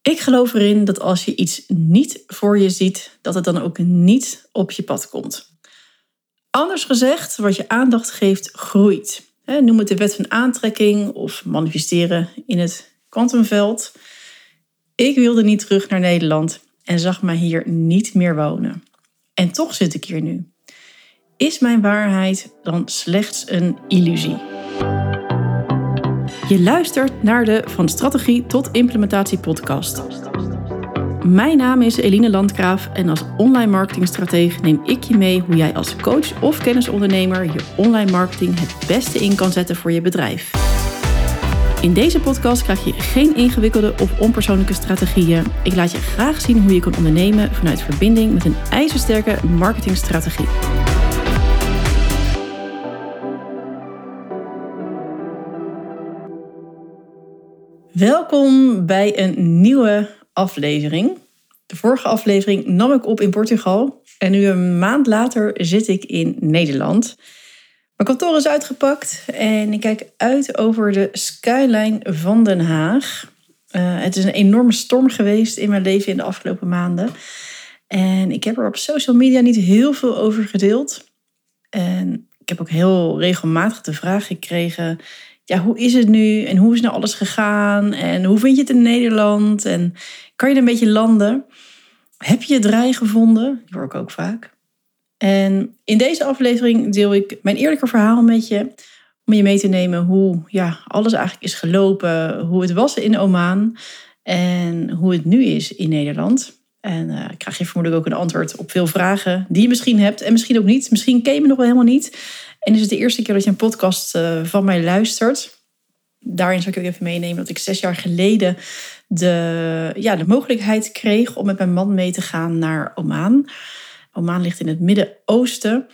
Ik geloof erin dat als je iets niet voor je ziet, dat het dan ook niet op je pad komt. Anders gezegd, wat je aandacht geeft, groeit. Noem het de wet van aantrekking of manifesteren in het kwantumveld. Ik wilde niet terug naar Nederland en zag mij hier niet meer wonen. En toch zit ik hier nu. Is mijn waarheid dan slechts een illusie? Je luistert naar de Van Strategie tot Implementatie podcast. Mijn naam is Eline Landgraaf en als online marketingstratege neem ik je mee hoe jij als coach of kennisondernemer je online marketing het beste in kan zetten voor je bedrijf. In deze podcast krijg je geen ingewikkelde of onpersoonlijke strategieën. Ik laat je graag zien hoe je kan ondernemen vanuit verbinding met een ijzersterke marketingstrategie. Welkom bij een nieuwe aflevering. De vorige aflevering nam ik op in Portugal en nu een maand later zit ik in Nederland. Mijn kantoor is uitgepakt en ik kijk uit over de skyline van Den Haag. Het is een enorme storm geweest in mijn leven in de afgelopen maanden. En ik heb er op social media niet heel veel over gedeeld. En ik heb ook heel regelmatig de vraag gekregen: ja, hoe is het nu en hoe is nou alles gegaan en hoe vind je het in Nederland en kan je er een beetje landen? Heb je het draai gevonden? Die hoor ik ook vaak. En in deze aflevering deel ik mijn eerlijke verhaal met je om je mee te nemen hoe alles eigenlijk is gelopen, hoe het was in Oman en hoe het nu is in Nederland. En ik krijg je vermoedelijk ook een antwoord op veel vragen die je misschien hebt en misschien ook niet. Misschien ken je me nog wel helemaal niet. En is het de eerste keer dat je een podcast van mij luistert. Daarin zal ik ook even meenemen dat ik 6 jaar geleden de mogelijkheid kreeg om met mijn man mee te gaan naar Oman. Oman ligt in het Midden-Oosten.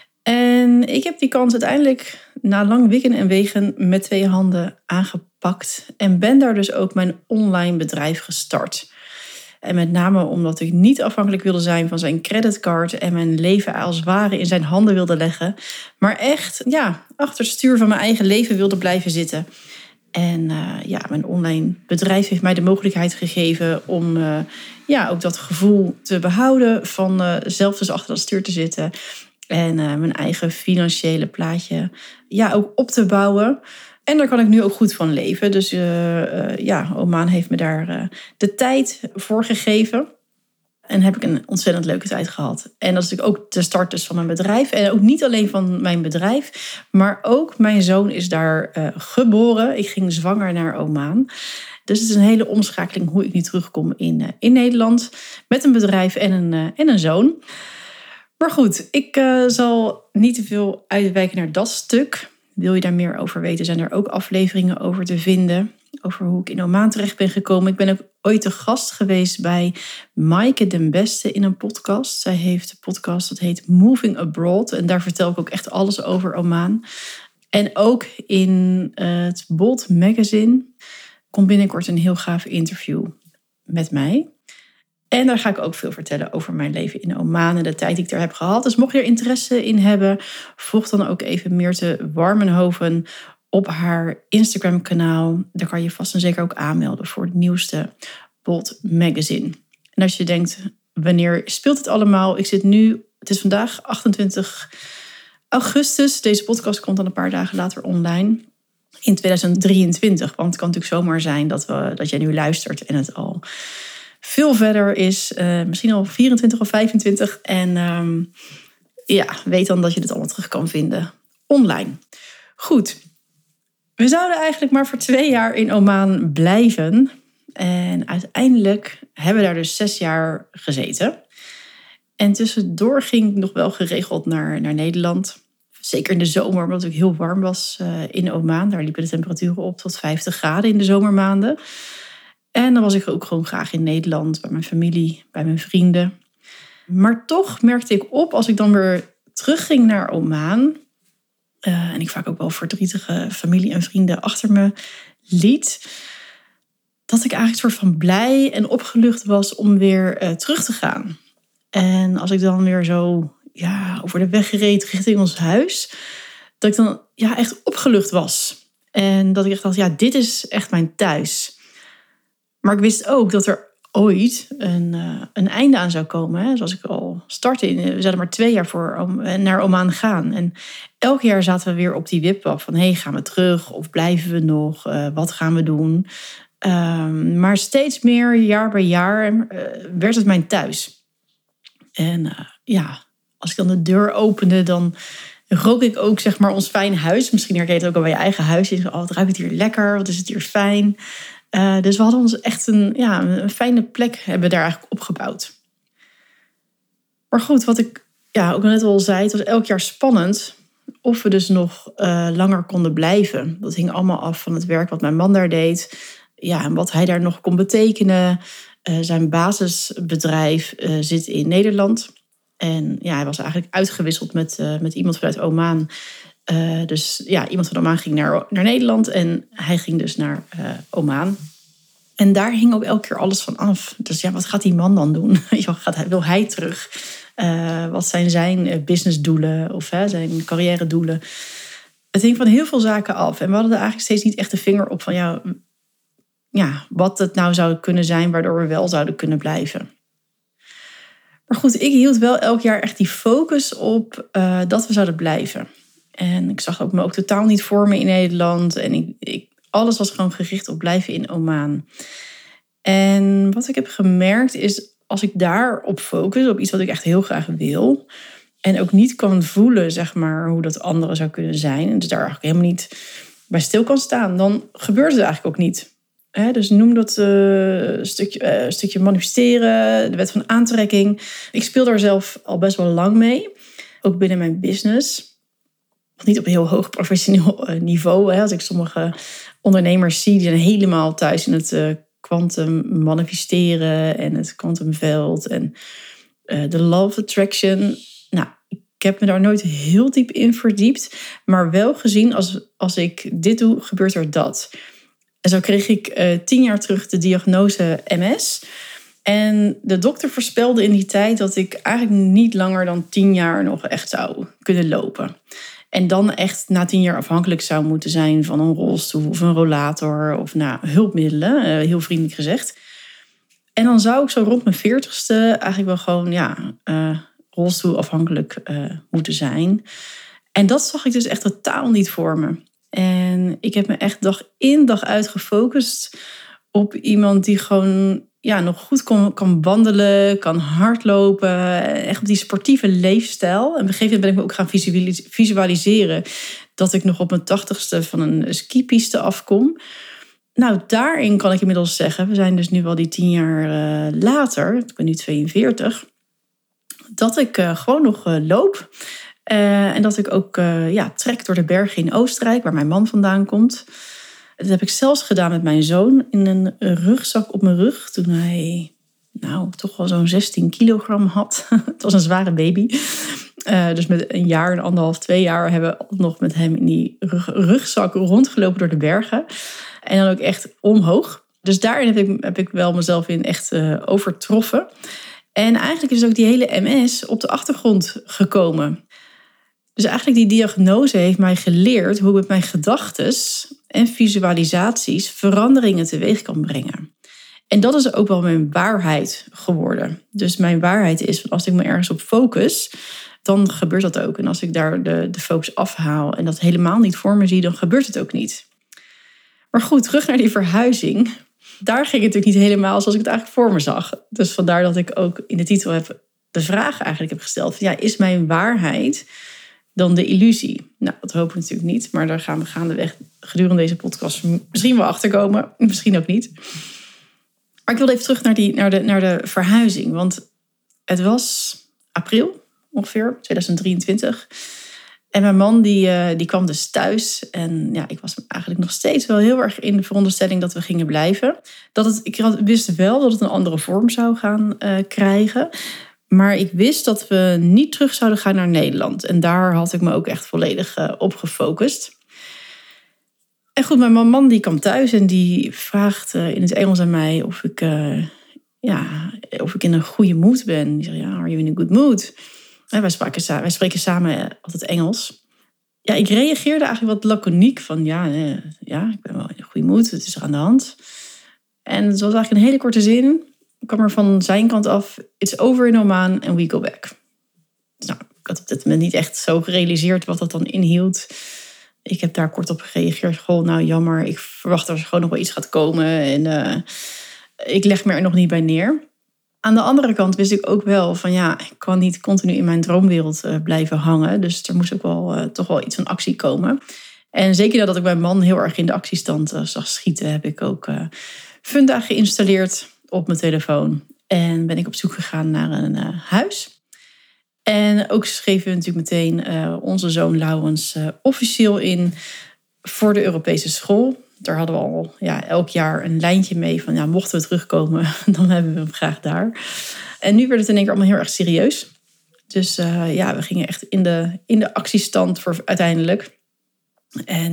En ik heb die kans uiteindelijk na lang wikken en wegen met 2 handen aangepakt. En ben daar dus ook mijn online bedrijf gestart. En met name omdat ik niet afhankelijk wilde zijn van zijn creditcard en mijn leven als ware in zijn handen wilde leggen. Maar echt achter het stuur van mijn eigen leven wilde blijven zitten. En mijn online bedrijf heeft mij de mogelijkheid gegeven om ook dat gevoel te behouden van zelf dus achter dat stuur te zitten. En mijn eigen financiële plaatje ook op te bouwen. En daar kan ik nu ook goed van leven. Dus Oman heeft me daar de tijd voor gegeven. En heb ik een ontzettend leuke tijd gehad. En dat is natuurlijk ook de start dus van mijn bedrijf. En ook niet alleen van mijn bedrijf, maar ook mijn zoon is daar geboren. Ik ging zwanger naar Oman. Dus het is een hele omschakeling hoe ik nu terugkom in Nederland. Met een bedrijf en een zoon. Maar goed, ik zal niet te veel uitwijken naar dat stuk. Wil je daar meer over weten, zijn er ook afleveringen over te vinden. Over hoe ik in Oman terecht ben gekomen. Ik ben ook ooit te gast geweest bij Maaike den Beste in een podcast. Zij heeft een podcast dat heet Moving Abroad. En daar vertel ik ook echt alles over Oman. En ook in het Bold Magazine komt binnenkort een heel gaaf interview met mij. En daar ga ik ook veel vertellen over mijn leven in Oman en de tijd die ik daar heb gehad. Dus mocht je er interesse in hebben, volg dan ook even Meerte Warmenhoven op haar Instagram-kanaal. Daar kan je vast en zeker ook aanmelden voor het nieuwste Bold Magazine. En als je denkt, wanneer speelt het allemaal? Het is vandaag 28 augustus. Deze podcast komt dan een paar dagen later online. In 2023, want het kan natuurlijk zomaar zijn dat jij nu luistert en het al veel verder is. Misschien al 24 of 25. En weet dan dat je dit allemaal terug kan vinden online. Goed. We zouden eigenlijk maar voor 2 jaar in Oman blijven. En uiteindelijk hebben we daar dus 6 jaar gezeten. En tussendoor ging ik nog wel geregeld naar Nederland. Zeker in de zomer, omdat het ook heel warm was in Oman. Daar liepen de temperaturen op tot 50 graden in de zomermaanden. En dan was ik ook gewoon graag in Nederland, bij mijn familie, bij mijn vrienden. Maar toch merkte ik op, als ik dan weer terugging naar Oman, en ik vaak ook wel verdrietige familie en vrienden achter me liet, dat ik eigenlijk een soort van blij en opgelucht was om weer terug te gaan. En als ik dan weer zo over de weg reed richting ons huis, dat ik dan echt opgelucht was. En dat ik echt dacht, dit is echt mijn thuis. Maar ik wist ook dat er ooit een einde aan zou komen. Hè? Zoals ik al startte. We zouden maar 2 jaar naar Oman gaan. En elk jaar zaten we weer op die wipwap van... gaan we terug of blijven we nog? Wat gaan we doen? Maar steeds meer, jaar bij jaar, werd het mijn thuis. En als ik dan de deur opende, dan rook ik ook zeg maar ons fijn huis. Misschien herken je het ook al bij je eigen huis. Je zegt, het ruikt hier lekker, wat is het hier fijn. Dus we hadden ons echt een fijne plek hebben we daar eigenlijk opgebouwd. Maar goed, wat ik ook net al zei, het was elk jaar spannend of we dus nog langer konden blijven. Dat hing allemaal af van het werk wat mijn man daar deed. Ja, en wat hij daar nog kon betekenen. Zijn basisbedrijf zit in Nederland. En hij was eigenlijk uitgewisseld met iemand vanuit Oman. Dus iemand van Oman ging naar Nederland en hij ging dus naar Oman. En daar hing ook elke keer alles van af. Dus wat gaat die man dan doen? Wil hij terug? Wat zijn zijn businessdoelen of zijn carrière-doelen? Het hing van heel veel zaken af. En we hadden er eigenlijk steeds niet echt de vinger op van wat het nou zou kunnen zijn waardoor we wel zouden kunnen blijven. Maar goed, ik hield wel elk jaar echt die focus op dat we zouden blijven. En ik zag me ook totaal niet voor me in Nederland. En alles was gewoon gericht op blijven in Oman. En wat ik heb gemerkt is, als ik daarop focus, op iets wat ik echt heel graag wil, en ook niet kan voelen, zeg maar, hoe dat anderen zou kunnen zijn, en dus daar eigenlijk helemaal niet bij stil kan staan, dan gebeurt het eigenlijk ook niet. Dus noem dat stukje manifesteren, de wet van aantrekking. Ik speel daar zelf al best wel lang mee, ook binnen mijn business. Niet op een heel hoog professioneel niveau. Als ik sommige ondernemers zie, die zijn helemaal thuis in het quantum manifesteren en het quantumveld en de law of attraction. Nou, ik heb me daar nooit heel diep in verdiept, maar wel gezien als ik dit doe, gebeurt er dat. En zo kreeg ik 10 jaar terug de diagnose MS. En de dokter voorspelde in die tijd dat ik eigenlijk niet langer dan 10 jaar nog echt zou kunnen lopen. En dan echt na 10 jaar afhankelijk zou moeten zijn van een rolstoel of een rollator of hulpmiddelen, heel vriendelijk gezegd. En dan zou ik zo rond mijn 40ste eigenlijk wel gewoon rolstoelafhankelijk moeten zijn. En dat zag ik dus echt totaal niet voor me. En ik heb me echt dag in dag uit gefocust op iemand die gewoon nog goed kan wandelen, kan hardlopen. Echt op die sportieve leefstijl. En op een gegeven moment ben ik me ook gaan visualiseren dat ik nog op mijn 80ste van een skipiste afkom. Nou, daarin kan ik inmiddels zeggen, we zijn dus nu wel die 10 jaar later, ik ben nu 42, dat ik gewoon nog loop. En dat ik ook trek door de bergen in Oostenrijk, waar mijn man vandaan komt. Dat heb ik zelfs gedaan met mijn zoon in een rugzak op mijn rug. Toen hij toch wel zo'n 16 kilogram had. Het was een zware baby. Dus met 1 jaar, 1,5, 2 jaar hebben we nog met hem in die rugzak rondgelopen door de bergen. En dan ook echt omhoog. Dus daarin heb ik wel mezelf in echt overtroffen. En eigenlijk is ook die hele MS op de achtergrond gekomen. Dus eigenlijk die diagnose heeft mij geleerd hoe ik met mijn gedachtes en visualisaties veranderingen teweeg kan brengen. En dat is ook wel mijn waarheid geworden. Dus mijn waarheid is, dat als ik me ergens op focus, dan gebeurt dat ook. En als ik daar de focus afhaal en dat helemaal niet voor me zie, dan gebeurt het ook niet. Maar goed, terug naar die verhuizing. Daar ging het natuurlijk niet helemaal zoals ik het eigenlijk voor me zag. Dus vandaar dat ik ook in de titel de vraag eigenlijk heb gesteld. Is mijn waarheid dan de illusie? Nou, dat hoop ik natuurlijk niet. Maar daar gaan we gaandeweg gedurende deze podcast misschien wel achter komen. Misschien ook niet. Maar ik wilde even terug naar de verhuizing. Want het was april ongeveer, 2023. En mijn man die kwam dus thuis. En ik was eigenlijk nog steeds wel heel erg in de veronderstelling dat we gingen blijven. Ik wist wel dat het een andere vorm zou gaan krijgen. Maar ik wist dat we niet terug zouden gaan naar Nederland. En daar had ik me ook echt volledig op gefocust. En goed, mijn man die kwam thuis en die vraagt in het Engels aan mij of ik in een goede mood ben. Die zegt, are you in a good mood? En wij spreken samen altijd Engels. Ja, ik reageerde eigenlijk wat laconiek van, ik ben wel in een goede mood. Wat is er aan de hand? En het was eigenlijk een hele korte zin. Ik kwam er van zijn kant af. It's over in Oman and we go back. Nou, ik had op dit moment niet echt zo gerealiseerd wat dat dan inhield. Ik heb daar kort op gereageerd. Goh, nou jammer. Ik verwacht dat er gewoon nog wel iets gaat komen. En ik leg me er nog niet bij neer. Aan de andere kant wist ik ook wel van ik kan niet continu in mijn droomwereld blijven hangen. Dus er moest ook wel toch wel iets van actie komen. En zeker nadat ik mijn man heel erg in de actiestand zag schieten, heb ik ook Funda geïnstalleerd op mijn telefoon. En ben ik op zoek gegaan naar een huis. En ook schreven we natuurlijk meteen onze zoon Laurens officieel in voor de Europese school. Daar hadden we al elk jaar een lijntje mee van mochten we terugkomen, dan hebben we hem graag daar. En nu werd het in één keer allemaal heel erg serieus. Dus we gingen echt in de actiestand voor uiteindelijk. En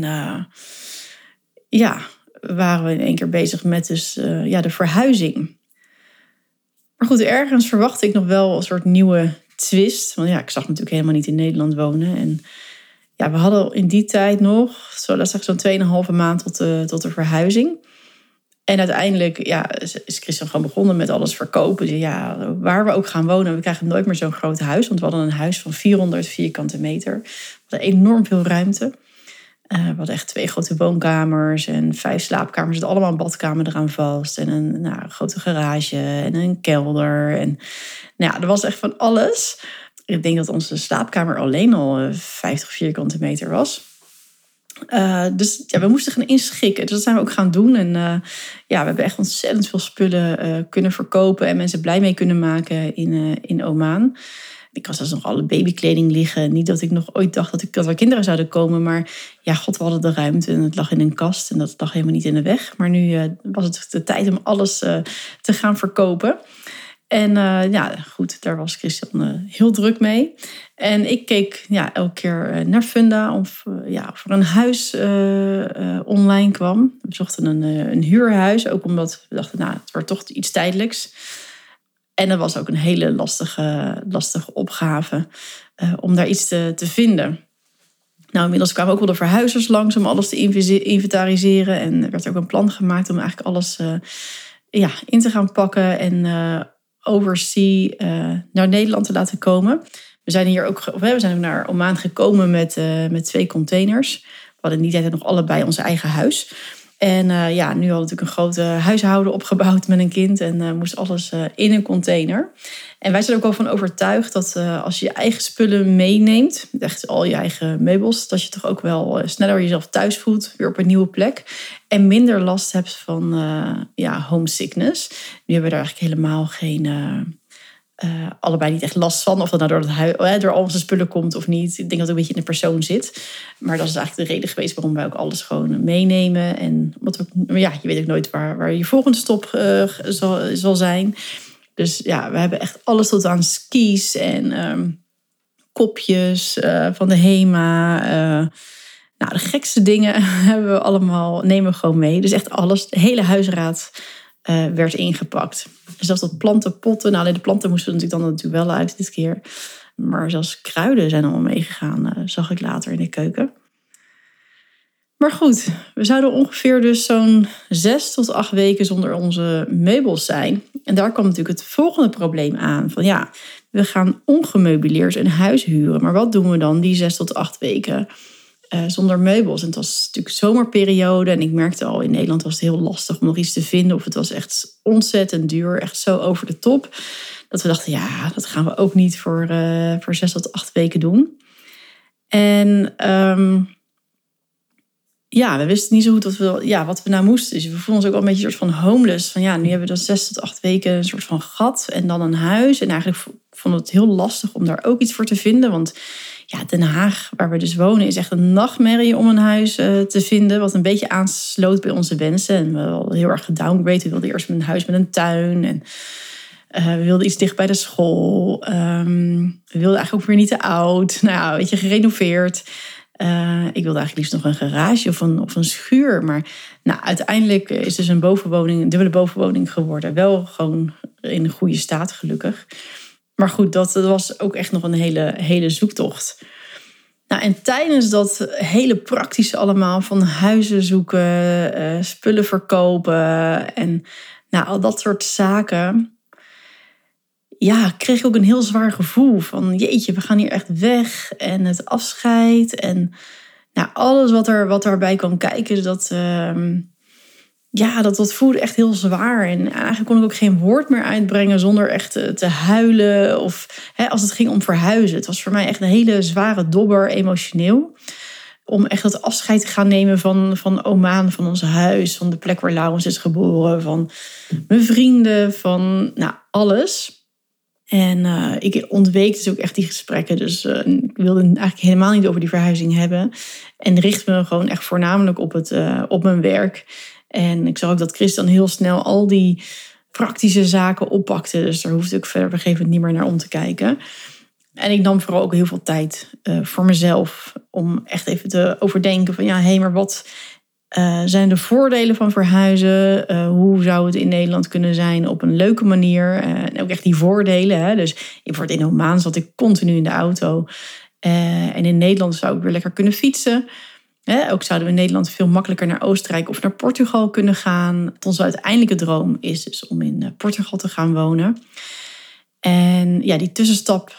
waren we in één keer bezig met de verhuizing. Maar goed, ergens verwachtte ik nog wel een soort nieuwe twist. Want ik zag natuurlijk helemaal niet in Nederland wonen. En we hadden in die tijd nog, zo'n 2,5 maand tot de verhuizing. En uiteindelijk is Christian gewoon begonnen met alles verkopen. Dus waar we ook gaan wonen, we krijgen nooit meer zo'n groot huis. Want we hadden een huis van 400 vierkante meter. We hadden enorm veel ruimte. We hadden echt 2 grote woonkamers en 5 slaapkamers. Er zat allemaal een badkamer eraan vast. En een grote garage en een kelder. En er was echt van alles. Ik denk dat onze slaapkamer alleen al 50 vierkante meter was. Dus we moesten gaan inschikken. Dus dat zijn we ook gaan doen. En we hebben echt ontzettend veel spullen kunnen verkopen. En mensen blij mee kunnen maken in Oman. Ik had zelfs nog alle babykleding liggen. Niet dat ik nog ooit dacht dat er kinderen zouden komen. Maar god, we hadden de ruimte en het lag in een kast. En dat lag helemaal niet in de weg. Maar nu was het de tijd om alles te gaan verkopen. En goed, daar was Christian heel druk mee. En ik keek elke keer naar Funda of er een huis online kwam. We zochten een huurhuis, ook omdat we dachten, het wordt toch iets tijdelijks. En dat was ook een hele lastige opgave om daar iets te vinden. Nou, inmiddels kwamen ook wel de verhuizers langs om alles te inventariseren. En er werd ook een plan gemaakt om eigenlijk alles in te gaan pakken en oversea naar Nederland te laten komen. We zijn ook naar Oman gekomen met 2 containers. We hadden in die tijd nog allebei ons eigen huis. En nu hadden we natuurlijk een grote huishouden opgebouwd met een kind. En moest alles in een container. En wij zijn ook wel van overtuigd dat als je je eigen spullen meeneemt, echt al je eigen meubels, dat je toch ook wel sneller jezelf thuis voelt, weer op een nieuwe plek. En minder last hebt van homesickness. Nu hebben we daar eigenlijk helemaal geen allebei niet echt last van. Of dat nou door al onze spullen komt of niet. Ik denk dat het een beetje in de persoon zit. Maar dat is eigenlijk de reden geweest waarom wij ook alles gewoon meenemen. En je weet ook nooit waar je volgende stop zal zijn. Dus we hebben echt alles tot aan skis en kopjes van de HEMA. De gekste dingen nemen we gewoon mee. Dus echt alles, de hele huisraad werd ingepakt. Zelfs dat plantenpotten. De planten moesten natuurlijk wel uit dit keer. Maar zelfs kruiden zijn allemaal meegegaan, zag ik later in de keuken. Maar goed, we zouden ongeveer dus zo'n 6 tot 8 weken zonder onze meubels zijn. En daar kwam natuurlijk het volgende probleem aan. Van we gaan ongemeubileerd een huis huren. Maar wat doen we dan die 6 tot 8 weken zonder meubels? En het was natuurlijk zomerperiode. En ik merkte al, in Nederland was het heel lastig om nog iets te vinden. Of het was echt ontzettend duur. Echt zo over de top. Dat we dachten, dat gaan we ook niet voor 6 tot 8 weken doen. En we wisten niet zo goed wat we nou moesten. Dus we voelden ons ook wel een beetje een soort van homeless. Van nu hebben we dan 6 tot 8 weken een soort van gat en dan een huis. En eigenlijk vonden we het heel lastig om daar ook iets voor te vinden. Want Den Haag, waar we dus wonen, is echt een nachtmerrie om een huis te vinden. Wat een beetje aansloot bij onze wensen. En we hadden heel erg gedowngrade. We wilden eerst een huis met een tuin. En we wilden iets dicht bij de school. We wilden eigenlijk ook weer niet te oud. Gerenoveerd. Ik wilde eigenlijk liefst nog een garage of een schuur. Maar uiteindelijk is dus een dubbele bovenwoning geworden. Wel gewoon in een goede staat, gelukkig. Maar goed, dat was ook echt nog een hele zoektocht. Nou, en tijdens dat hele praktische allemaal van huizen zoeken, spullen verkopen en al dat soort zaken, kreeg ik ook een heel zwaar gevoel van jeetje, we gaan hier echt weg en het afscheid en alles wat daarbij kwam kijken, dat voelde echt heel zwaar. En eigenlijk kon ik ook geen woord meer uitbrengen zonder echt te huilen. Of als het ging om verhuizen. Het was voor mij echt een hele zware dobber emotioneel. Om echt dat afscheid te gaan nemen van Oman, van ons huis. Van de plek waar Laurens is geboren. Van mijn vrienden, van alles. En ik ontweek dus ook echt die gesprekken. Dus ik wilde eigenlijk helemaal niet over die verhuizing hebben. En richtte me gewoon echt voornamelijk op mijn werk. En ik zag ook dat Chris dan heel snel al die praktische zaken oppakte. Dus daar hoefde ik verder op een gegeven moment niet meer naar om te kijken. En ik nam vooral ook heel veel tijd voor mezelf. Om echt even te overdenken van maar wat zijn de voordelen van verhuizen? Hoe zou het in Nederland kunnen zijn op een leuke manier? En ook echt die voordelen. Hè? Dus bijvoorbeeld in Oman zat ik continu in de auto. En in Nederland zou ik weer lekker kunnen fietsen. Ook zouden we in Nederland veel makkelijker naar Oostenrijk of naar Portugal kunnen gaan. Onze uiteindelijke droom is dus om in Portugal te gaan wonen. En die tussenstop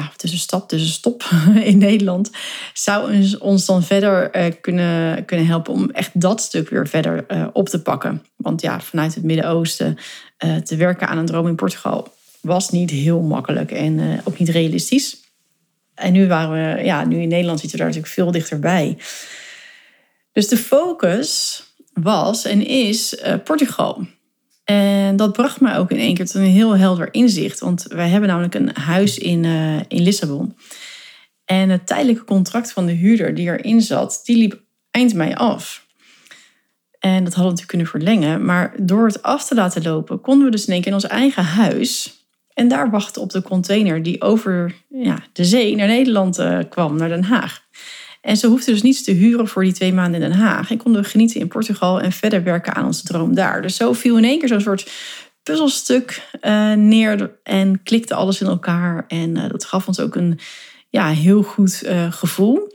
in Nederland zou ons dan verder kunnen helpen om echt dat stuk weer verder op te pakken. Want vanuit het Midden-Oosten te werken aan een droom in Portugal was niet heel makkelijk en ook niet realistisch. En nu nu in Nederland zitten we daar natuurlijk veel dichterbij. Dus de focus was en is Portugal. En dat bracht mij ook in één keer tot een heel helder inzicht. Want wij hebben namelijk een huis in Lissabon. En het tijdelijke contract van de huurder die erin zat, die liep eind mei af. En dat hadden we natuurlijk kunnen verlengen. Maar door het af te laten lopen, konden we dus in één keer in ons eigen huis. En daar wachten op de container die over de zee naar Nederland kwam, naar Den Haag. En ze hoefden dus niets te huren voor die 2 maanden in Den Haag. En konden we genieten in Portugal en verder werken aan onze droom daar. Dus zo viel in één keer zo'n soort puzzelstuk neer en klikte alles in elkaar. En dat gaf ons ook een heel goed gevoel.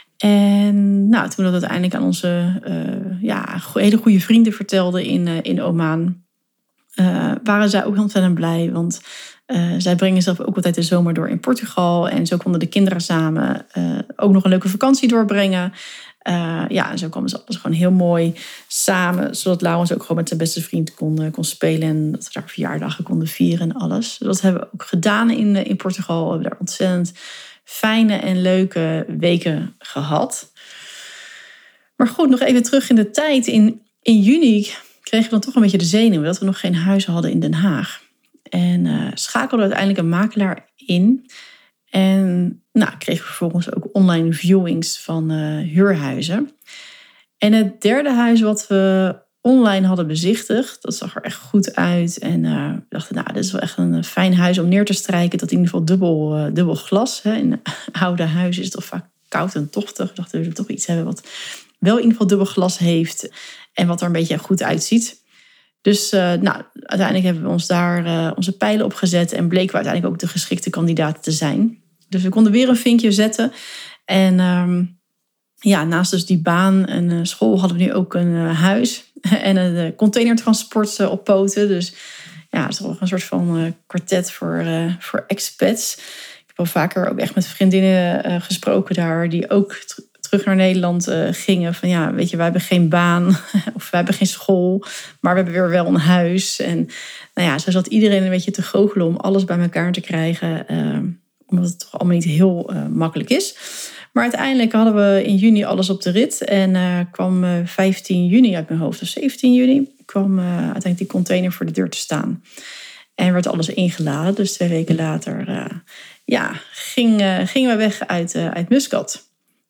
En toen we dat uiteindelijk aan onze hele goede vrienden vertelden in Oman, waren zij ook ontzettend blij. Want zij brengen zelf ook altijd de zomer door in Portugal. En zo konden de kinderen samen ook nog een leuke vakantie doorbrengen. En zo kwam alles gewoon heel mooi samen. Zodat Laurens ook gewoon met zijn beste vriend kon spelen. En dat we daar verjaardagen konden vieren en alles. Dat hebben we ook gedaan in Portugal. We hebben daar ontzettend fijne en leuke weken gehad. Maar goed, nog even terug in de tijd. In juni kregen we dan toch een beetje de zenuwen dat we nog geen huis hadden in Den Haag. En schakelden uiteindelijk een makelaar in. En kregen we vervolgens ook online viewings van huurhuizen. En het derde huis wat we online hadden bezichtigd, dat zag er echt goed uit. En we dachten, dit is wel echt een fijn huis om neer te strijken. Dat in ieder geval dubbel glas. Hè. In oude huizen is het toch vaak koud en tochtig. We dachten, we willen toch iets hebben wat wel in ieder geval dubbel glas heeft. En wat er een beetje goed uitziet. Dus uiteindelijk hebben we ons daar onze pijlen op gezet. En bleken we uiteindelijk ook de geschikte kandidaten te zijn. Dus we konden weer een vinkje zetten. En naast dus die baan en school hadden we nu ook een huis. En een containertransport op poten. Dus het is toch een soort van kwartet voor expats. Ik heb al vaker ook echt met vriendinnen gesproken daar. Die ook terug naar Nederland gingen. Van weet je, wij hebben geen baan. Of wij hebben geen school. Maar we hebben weer wel een huis. En zo zat iedereen een beetje te goochelen om alles bij elkaar te krijgen. Omdat het toch allemaal niet heel makkelijk is. Maar uiteindelijk hadden we in juni alles op de rit. En kwam 15 juni uit mijn hoofd, of 17 juni... kwam uiteindelijk die container voor de deur te staan. En werd alles ingeladen. Dus 2 weken later gingen we weg uit Muscat.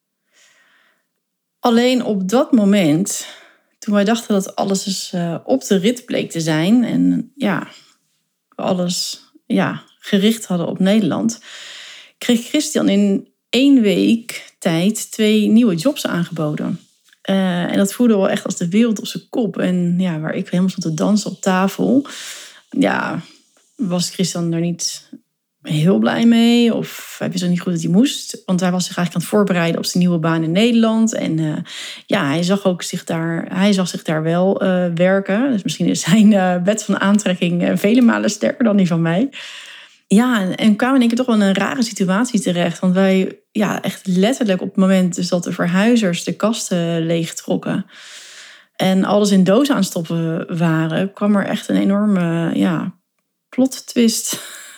Alleen op dat moment, toen wij dachten dat alles dus op de rit bleek te zijn... en we alles gericht hadden op Nederland... kreeg Christian in 1 week tijd 2 nieuwe jobs aangeboden. En dat voelde wel echt als de wereld op zijn kop. En waar ik helemaal stond te dansen op tafel... was Christian er niet heel blij mee. Of hij wist ook niet goed dat hij moest. Want hij was zich eigenlijk aan het voorbereiden op zijn nieuwe baan in Nederland. En hij zag zich daar wel werken. Dus misschien is zijn wet van aantrekking vele malen sterker dan die van mij. Ja, en kwamen in één keer toch wel in een rare situatie terecht. Want wij, echt letterlijk op het moment dus dat de verhuizers de kasten leegtrokken en alles in dozen aan het stoppen waren, kwam er echt een enorme plot twist.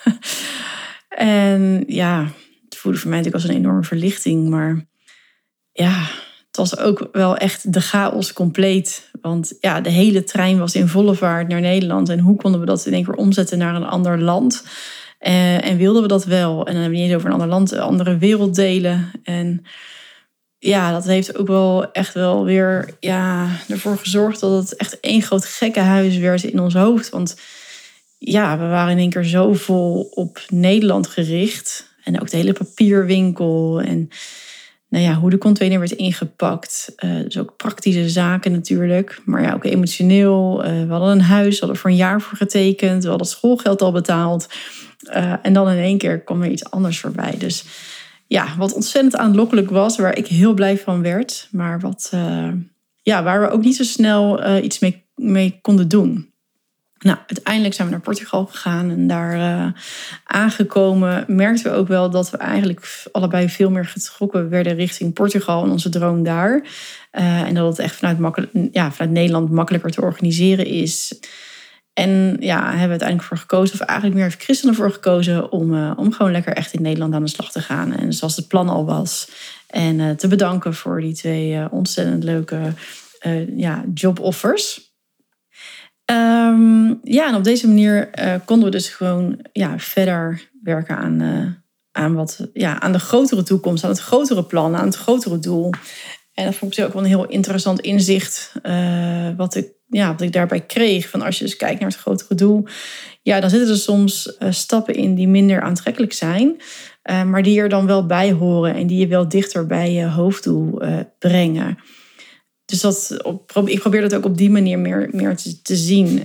En het voelde voor mij natuurlijk als een enorme verlichting. Maar het was ook wel echt de chaos compleet. Want de hele trein was in volle vaart naar Nederland. En hoe konden we dat in één keer omzetten naar een ander land? En wilden we dat wel? En dan hebben we niet eens over een ander land, andere werelddelen. En dat heeft ook wel echt wel weer ervoor gezorgd dat het echt één groot gekkenhuis werd in ons hoofd. Want we waren in één keer zo vol op Nederland gericht. En ook de hele papierwinkel. En hoe de container werd ingepakt. Dus ook praktische zaken natuurlijk. Maar ook emotioneel. We hadden een huis, we hadden voor een jaar voor getekend. We hadden schoolgeld al betaald. En dan in één keer kwam er iets anders voorbij. Dus wat ontzettend aanlokkelijk was. Waar ik heel blij van werd. Maar waar we ook niet zo snel iets mee konden doen. Nou, uiteindelijk zijn we naar Portugal gegaan en daar aangekomen merkten we ook wel dat we eigenlijk allebei veel meer getrokken werden richting Portugal en onze droom daar. En dat het echt vanuit Nederland makkelijker te organiseren is. En hebben we uiteindelijk voor gekozen, of eigenlijk meer heeft Christen ervoor gekozen om gewoon lekker echt in Nederland aan de slag te gaan. En zoals het plan al was. En te bedanken voor die 2 ontzettend leuke joboffers. En op deze manier konden we dus gewoon verder werken aan de grotere toekomst, aan het grotere plan, aan het grotere doel. En dat vond ik ook wel een heel interessant inzicht wat ik daarbij kreeg. Van als je dus kijkt naar het grotere doel, dan zitten er soms stappen in die minder aantrekkelijk zijn, maar die er dan wel bij horen en die je wel dichter bij je hoofddoel brengen. Dus ik probeer dat ook op die manier meer te zien.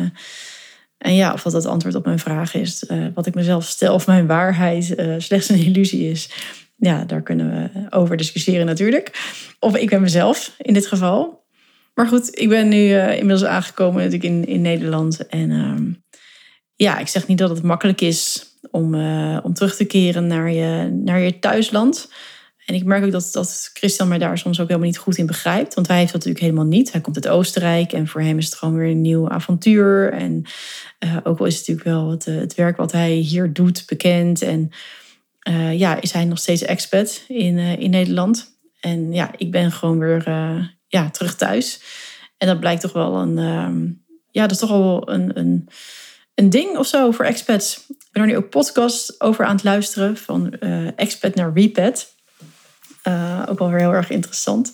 En of dat antwoord op mijn vraag is, wat ik mezelf stel, of mijn waarheid slechts een illusie is. Daar kunnen we over discussiëren natuurlijk. Of ik ben mezelf in dit geval. Maar goed, ik ben nu inmiddels aangekomen natuurlijk in Nederland. En ik zeg niet dat het makkelijk is om terug te keren naar je thuisland. En ik merk ook dat Christian mij daar soms ook helemaal niet goed in begrijpt. Want hij heeft dat natuurlijk helemaal niet. Hij komt uit Oostenrijk en voor hem is het gewoon weer een nieuw avontuur. En ook al is het natuurlijk wel het werk wat hij hier doet bekend. En is hij nog steeds expat in Nederland. En ik ben gewoon weer terug thuis. En dat blijkt toch wel dat is toch wel een ding of zo voor expats. Ik ben er nu ook podcasts over aan het luisteren. Van expat naar repat. Ook wel weer heel erg interessant.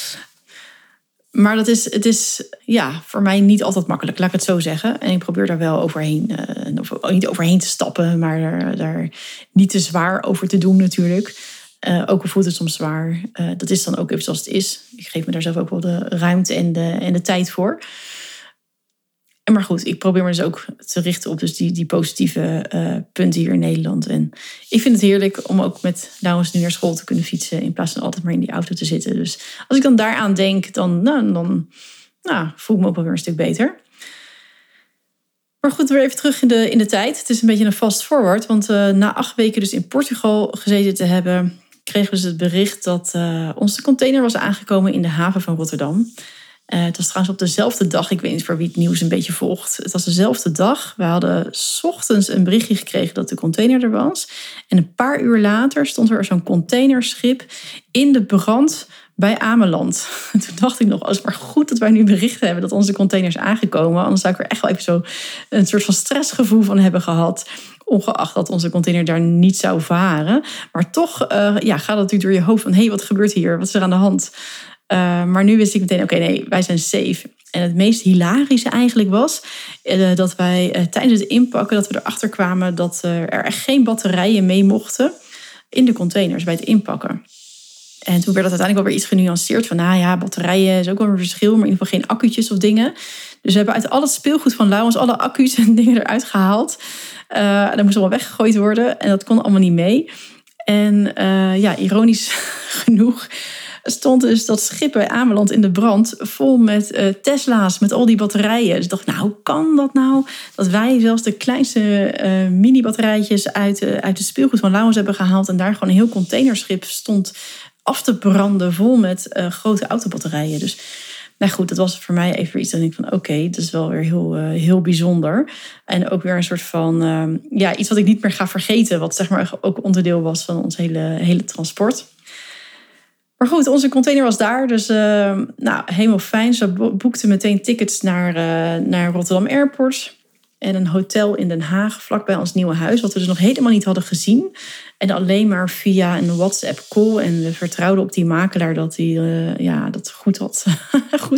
Maar het is voor mij niet altijd makkelijk, laat ik het zo zeggen. En ik probeer daar wel overheen, niet overheen te stappen, maar daar niet te zwaar over te doen natuurlijk. Ook al voelt het soms zwaar. Dat is dan ook even zoals het is. Ik geef me daar zelf ook wel de ruimte en de tijd voor. Maar goed, ik probeer me dus ook te richten op dus die positieve punten hier in Nederland. En ik vind het heerlijk om ook met Laurens nu naar school te kunnen fietsen in plaats van altijd maar in die auto te zitten. Dus als ik dan daaraan denk, dan voel ik me ook wel weer een stuk beter. Maar goed, weer even terug in de tijd. Het is een beetje een fast forward, want na 8 weken dus in Portugal gezeten te hebben, kregen we dus het bericht dat onze container was aangekomen in de haven van Rotterdam. Het was trouwens op dezelfde dag, ik weet niet voor wie het nieuws een beetje volgt. Het was dezelfde dag. We hadden 's ochtends een berichtje gekregen dat de container er was. En een paar uur later stond er zo'n containerschip in de brand bij Ameland. En toen dacht ik nog, het is maar goed dat wij nu berichten hebben dat onze container is aangekomen. Anders zou ik er echt wel even zo een soort van stressgevoel van hebben gehad. Ongeacht dat onze container daar niet zou varen. Maar toch gaat het natuurlijk door je hoofd van, hé, wat gebeurt hier? Wat is er aan de hand? Maar nu wist ik meteen, oké, nee, wij zijn safe. En het meest hilarische eigenlijk was dat wij tijdens het inpakken, dat we erachter kwamen dat er echt geen batterijen mee mochten in de containers bij het inpakken. En toen werd dat uiteindelijk wel weer iets genuanceerd van, batterijen is ook wel een verschil, maar in ieder geval geen accu'tjes of dingen. Dus we hebben uit al het speelgoed van Laurens alle accu's en dingen eruit gehaald. Dat moest allemaal weggegooid worden en dat kon allemaal niet mee. En ironisch genoeg stond dus dat schip bij Ameland in de brand vol met Tesla's, met al die batterijen. Dus ik dacht, hoe kan dat nou? Dat wij zelfs de kleinste mini-batterijtjes uit het speelgoed van Laurens hebben gehaald en daar gewoon een heel containerschip stond af te branden vol met grote autobatterijen. Dus goed, dat was voor mij even iets dat ik van oké, dat is wel weer heel bijzonder. En ook weer een soort van iets wat ik niet meer ga vergeten, wat zeg maar ook onderdeel was van ons hele transport. Maar goed, onze container was daar, dus helemaal fijn. Ze boekten meteen tickets naar Rotterdam Airport en een hotel in Den Haag, vlakbij ons nieuwe huis, wat we dus nog helemaal niet hadden gezien. En alleen maar via een WhatsApp-call. En we vertrouwden op die makelaar dat hij dat goed had, goed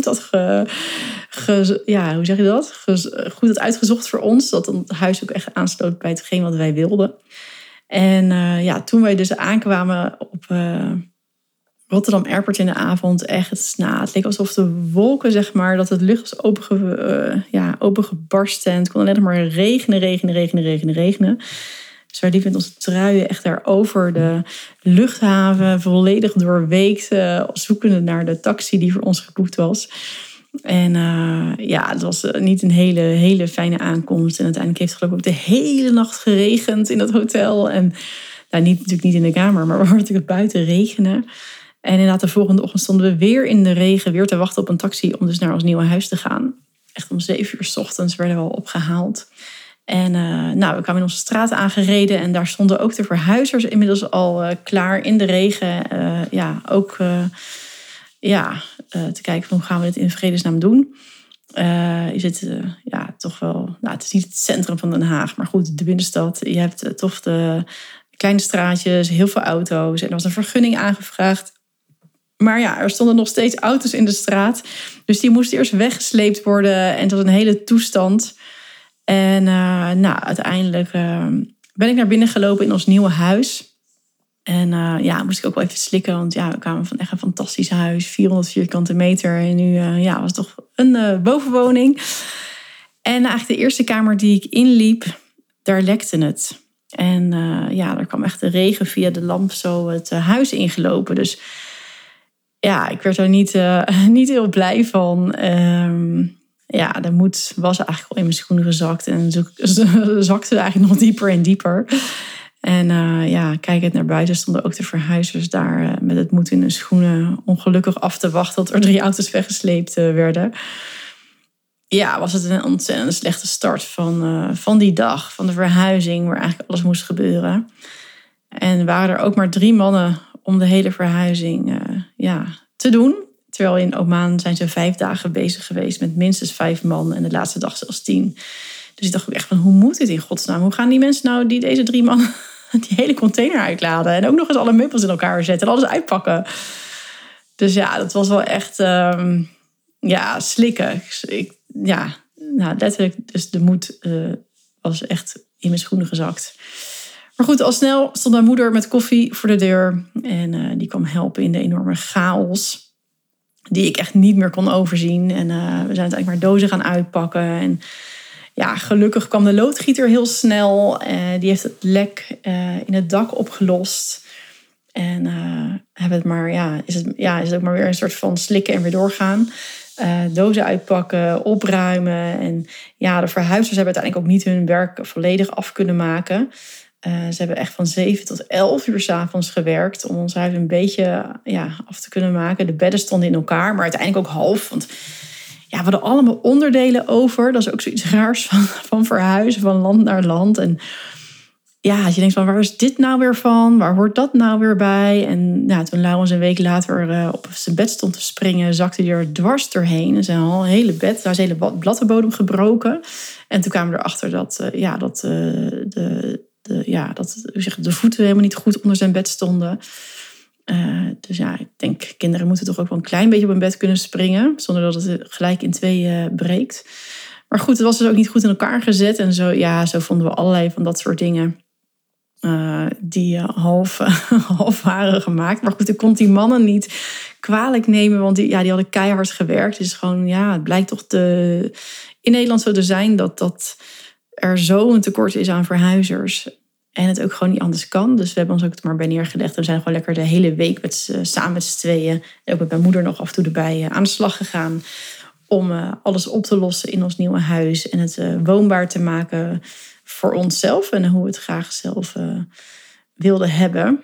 had uitgezocht voor ons. Dat het huis ook echt aansloot bij hetgeen wat wij wilden. En toen wij dus aankwamen op Rotterdam Airport in de avond, echt, het leek alsof de wolken, zeg maar, dat het lucht was opengebarsten. En het kon alleen maar regenen. Dus wij liepen met onze truien echt daar over de luchthaven, volledig doorweekt, zoekende naar de taxi die voor ons geboekt was. En het was niet een hele fijne aankomst. En uiteindelijk heeft het geloof ik ook de hele nacht geregend in dat hotel. En natuurlijk niet in de kamer, maar we hoorden natuurlijk buiten regenen. En inderdaad, de volgende ochtend stonden we weer in de regen, weer te wachten op een taxi om dus naar ons nieuwe huis te gaan. Echt om 7 uur 's ochtends werden we al opgehaald. En we kwamen in onze straat aangereden en daar stonden ook de verhuizers inmiddels al klaar in de regen. Te kijken van hoe gaan we dit in vredesnaam doen. Je zit toch wel, het is niet het centrum van Den Haag, maar goed, de binnenstad. Je hebt toch de kleine straatjes, heel veel auto's en er was een vergunning aangevraagd. Maar er stonden nog steeds auto's in de straat. Dus die moesten eerst weggesleept worden en het was een hele toestand. En uiteindelijk ben ik naar binnen gelopen in ons nieuwe huis. En moest ik ook wel even slikken. Want we kwamen van echt een fantastisch huis. 400 vierkante meter. En nu was het toch een bovenwoning. En eigenlijk de eerste kamer die ik inliep, daar lekte het. En er kwam echt de regen via de lamp zo het huis ingelopen. Dus ik werd er niet heel blij van. De moed was eigenlijk al in mijn schoenen gezakt. En zakte eigenlijk nog dieper en dieper. En kijkend naar buiten stonden ook de verhuizers daar met het moed in hun schoenen ongelukkig af te wachten tot er 3 auto's weggesleept werden. Was het een ontzettend slechte start van die dag, van de verhuizing, waar eigenlijk alles moest gebeuren. En waren er ook maar 3 mannen om de hele verhuizing te doen. Terwijl in Oman zijn ze 5 dagen bezig geweest met minstens 5 man en de laatste dag zelfs 10. Dus ik dacht ook echt van, hoe moet dit in godsnaam? Hoe gaan die mensen nou die deze 3 mannen die hele container uitladen en ook nog eens alle meubels in elkaar zetten en alles uitpakken? Dus dat was wel echt slikken. Letterlijk, dus de moed was echt in mijn schoenen gezakt. Maar goed, al snel stond mijn moeder met koffie voor de deur en die kwam helpen in de enorme chaos die ik echt niet meer kon overzien. En we zijn uiteindelijk maar dozen gaan uitpakken. En gelukkig kwam de loodgieter heel snel. Die heeft het lek in het dak opgelost. En hebben het maar, is het ook maar weer een soort van slikken en weer doorgaan. Dozen uitpakken, opruimen. En de verhuizers hebben uiteindelijk ook niet hun werk volledig af kunnen maken. Ze hebben echt van 7 tot 11 uur 's avonds gewerkt om ons huis een beetje af te kunnen maken. De bedden stonden in elkaar, maar uiteindelijk ook half. Want we hadden allemaal onderdelen over. Dat is ook zoiets raars van verhuizen van land naar land. En als je denkt van, waar is dit nou weer van? Waar hoort dat nou weer bij? En toen Laurens een week later op zijn bed stond te springen, zakte hij er dwars doorheen. En zijn hele bed, daar is hele bladbodem gebroken. En toen kwamen we erachter dat de voeten helemaal niet goed onder zijn bed stonden. Dus ik denk, kinderen moeten toch ook wel een klein beetje op een bed kunnen springen, zonder dat het gelijk in 2 breekt. Maar goed, het was dus ook niet goed in elkaar gezet. En zo vonden we allerlei van dat soort dingen. die half waren gemaakt. Maar goed, ik kon die mannen niet kwalijk nemen, want die hadden keihard gewerkt. Dus gewoon, het blijkt toch in Nederland zo te zijn dat er zo een tekort is aan verhuizers. En het ook gewoon niet anders kan. Dus we hebben ons ook maar bij neergelegd. We zijn gewoon lekker de hele week samen met z'n tweeën. En ook met mijn moeder nog af en toe erbij aan de slag gegaan. Om alles op te lossen in ons nieuwe huis. En het woonbaar te maken voor onszelf. En hoe we het graag zelf wilden hebben.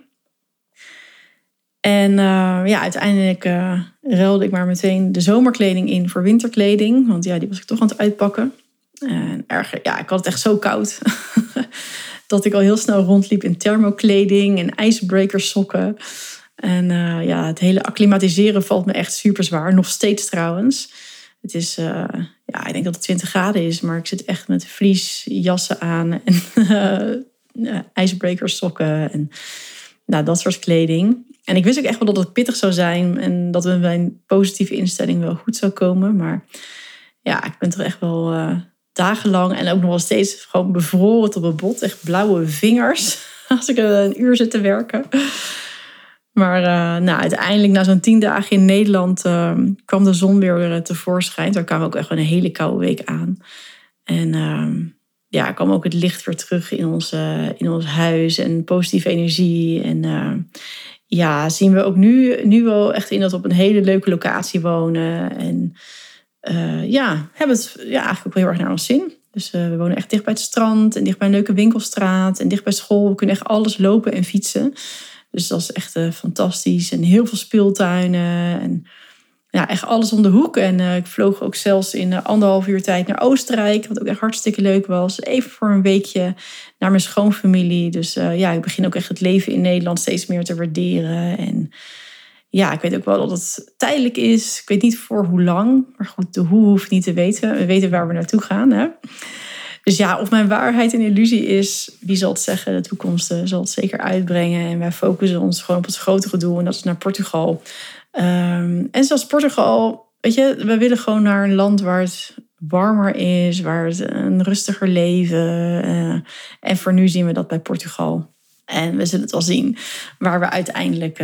En uiteindelijk ruilde ik maar meteen de zomerkleding in voor winterkleding. Want die was ik toch aan het uitpakken. En ik had het echt zo koud. Dat ik al heel snel rondliep in thermokleding en icebreaker sokken. En het hele acclimatiseren valt me echt super zwaar. Nog steeds trouwens. Het is, ik denk dat het 20 graden is. Maar ik zit echt met vliesjassen aan. En icebreaker sokken. En dat soort kleding. En ik wist ook echt wel dat het pittig zou zijn. En dat met mijn positieve instelling wel goed zou komen. Maar ik ben toch echt wel dagenlang. En ook nog wel steeds gewoon bevroren tot mijn bot. Echt blauwe vingers. Als ik een uur zit te werken. Maar uiteindelijk na zo'n 10 dagen in Nederland kwam de zon weer tevoorschijn. Daar kwam ook echt een hele koude week aan. En kwam ook het licht weer terug in ons huis. En positieve energie. En zien we ook nu wel echt in dat we op een hele leuke locatie wonen. En hebben het eigenlijk ook heel erg naar ons zin. Dus we wonen echt dicht bij het strand. En dicht bij een leuke winkelstraat. En dicht bij school. We kunnen echt alles lopen en fietsen. Dus dat is echt fantastisch. En heel veel speeltuinen. En echt alles om de hoek. En ik vloog ook zelfs in 1,5 uur tijd naar Oostenrijk. Wat ook echt hartstikke leuk was. Even voor een weekje naar mijn schoonfamilie. Dus ik begin ook echt het leven in Nederland steeds meer te waarderen. En ik weet ook wel dat het tijdelijk is. Ik weet niet voor hoe lang. Maar goed, de hoe hoef ik niet te weten. We weten waar we naartoe gaan, hè. Dus of mijn waarheid een illusie is, wie zal het zeggen? De toekomst zal het zeker uitbrengen. En wij focussen ons gewoon op het grotere doel. En dat is naar Portugal. En zoals Portugal, weet je, we willen gewoon naar een land waar het warmer is. Waar het een rustiger leven. En voor nu zien we dat bij Portugal. En we zullen het wel zien waar we uiteindelijk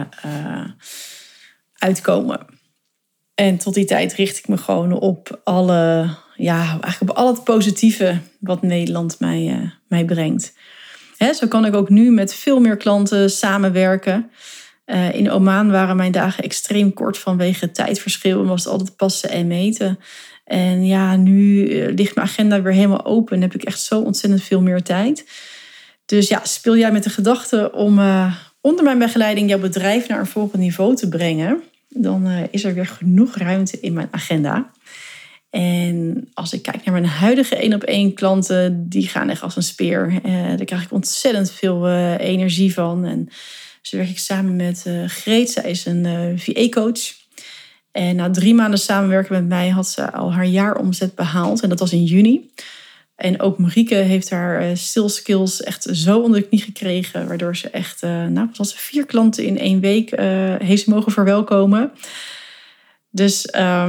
uitkomen. En tot die tijd richt ik me gewoon op eigenlijk op al het positieve wat Nederland mij brengt. Zo kan ik ook nu met veel meer klanten samenwerken. In Oman waren mijn dagen extreem kort vanwege het tijdverschil en was het altijd passen en meten. En nu ligt mijn agenda weer helemaal open en heb ik echt zo ontzettend veel meer tijd. Dus speel jij met de gedachte om onder mijn begeleiding jouw bedrijf naar een volgend niveau te brengen, dan is er weer genoeg ruimte in mijn agenda. En als ik kijk naar mijn huidige 1-op-1 klanten, die gaan echt als een speer. Daar krijg ik ontzettend veel energie van. En zo werk ik samen met Greet. Zij is een VA-coach. En na 3 maanden samenwerken met mij had ze al haar jaaromzet behaald. En dat was in juni. En ook Marieke heeft haar sales skills echt zo onder de knie gekregen. Waardoor ze echt, 4 klanten in 1 week heeft ze mogen verwelkomen. Dus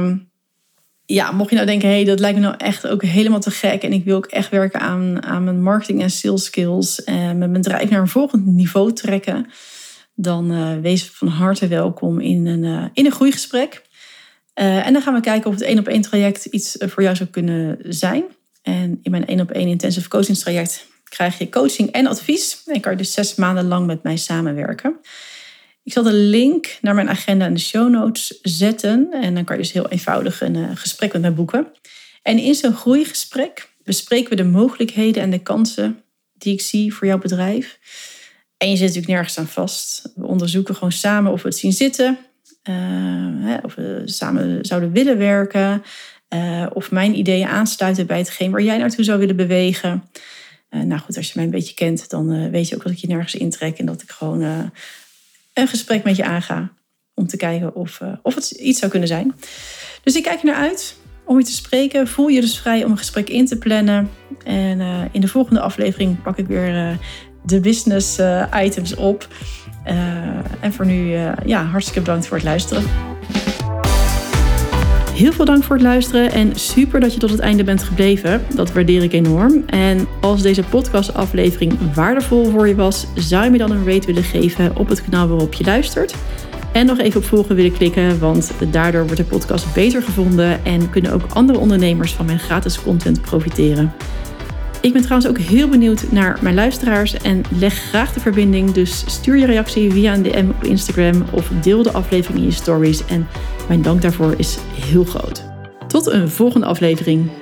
mocht je nou denken, dat lijkt me nou echt ook helemaal te gek. En ik wil ook echt werken aan mijn marketing en sales skills. En mijn bedrijf naar een volgend niveau trekken. Dan wees van harte welkom in een groeigesprek. En dan gaan we kijken of het 1-op-1 traject iets voor jou zou kunnen zijn. En in mijn 1-op-1 intensive coachingstraject krijg je coaching en advies. En kan je dus 6 maanden lang met mij samenwerken. Ik zal de link naar mijn agenda in de show notes zetten. En dan kan je dus heel eenvoudig een gesprek met mij boeken. En in zo'n groeigesprek bespreken we de mogelijkheden en de kansen die ik zie voor jouw bedrijf. En je zit natuurlijk nergens aan vast. We onderzoeken gewoon samen of we het zien zitten. Of we samen zouden willen werken. Of mijn ideeën aansluiten bij hetgeen waar jij naartoe zou willen bewegen. Goed, als je mij een beetje kent, dan weet je ook dat ik je nergens intrek. En dat ik gewoon een gesprek met je aanga. Om te kijken of het iets zou kunnen zijn. Dus ik kijk er naar uit om je te spreken. Voel je dus vrij om een gesprek in te plannen. En in de volgende aflevering pak ik weer de business items op. En voor nu, hartstikke bedankt voor het luisteren. Heel veel dank voor het luisteren en super dat je tot het einde bent gebleven. Dat waardeer ik enorm. En als deze podcastaflevering waardevol voor je was, zou je me dan een rate willen geven op het kanaal waarop je luistert. En nog even op volgen willen klikken, want daardoor wordt de podcast beter gevonden en kunnen ook andere ondernemers van mijn gratis content profiteren. Ik ben trouwens ook heel benieuwd naar mijn luisteraars en leg graag de verbinding. Dus stuur je reactie via een DM op Instagram of deel de aflevering in je stories. En mijn dank daarvoor is heel groot. Tot een volgende aflevering.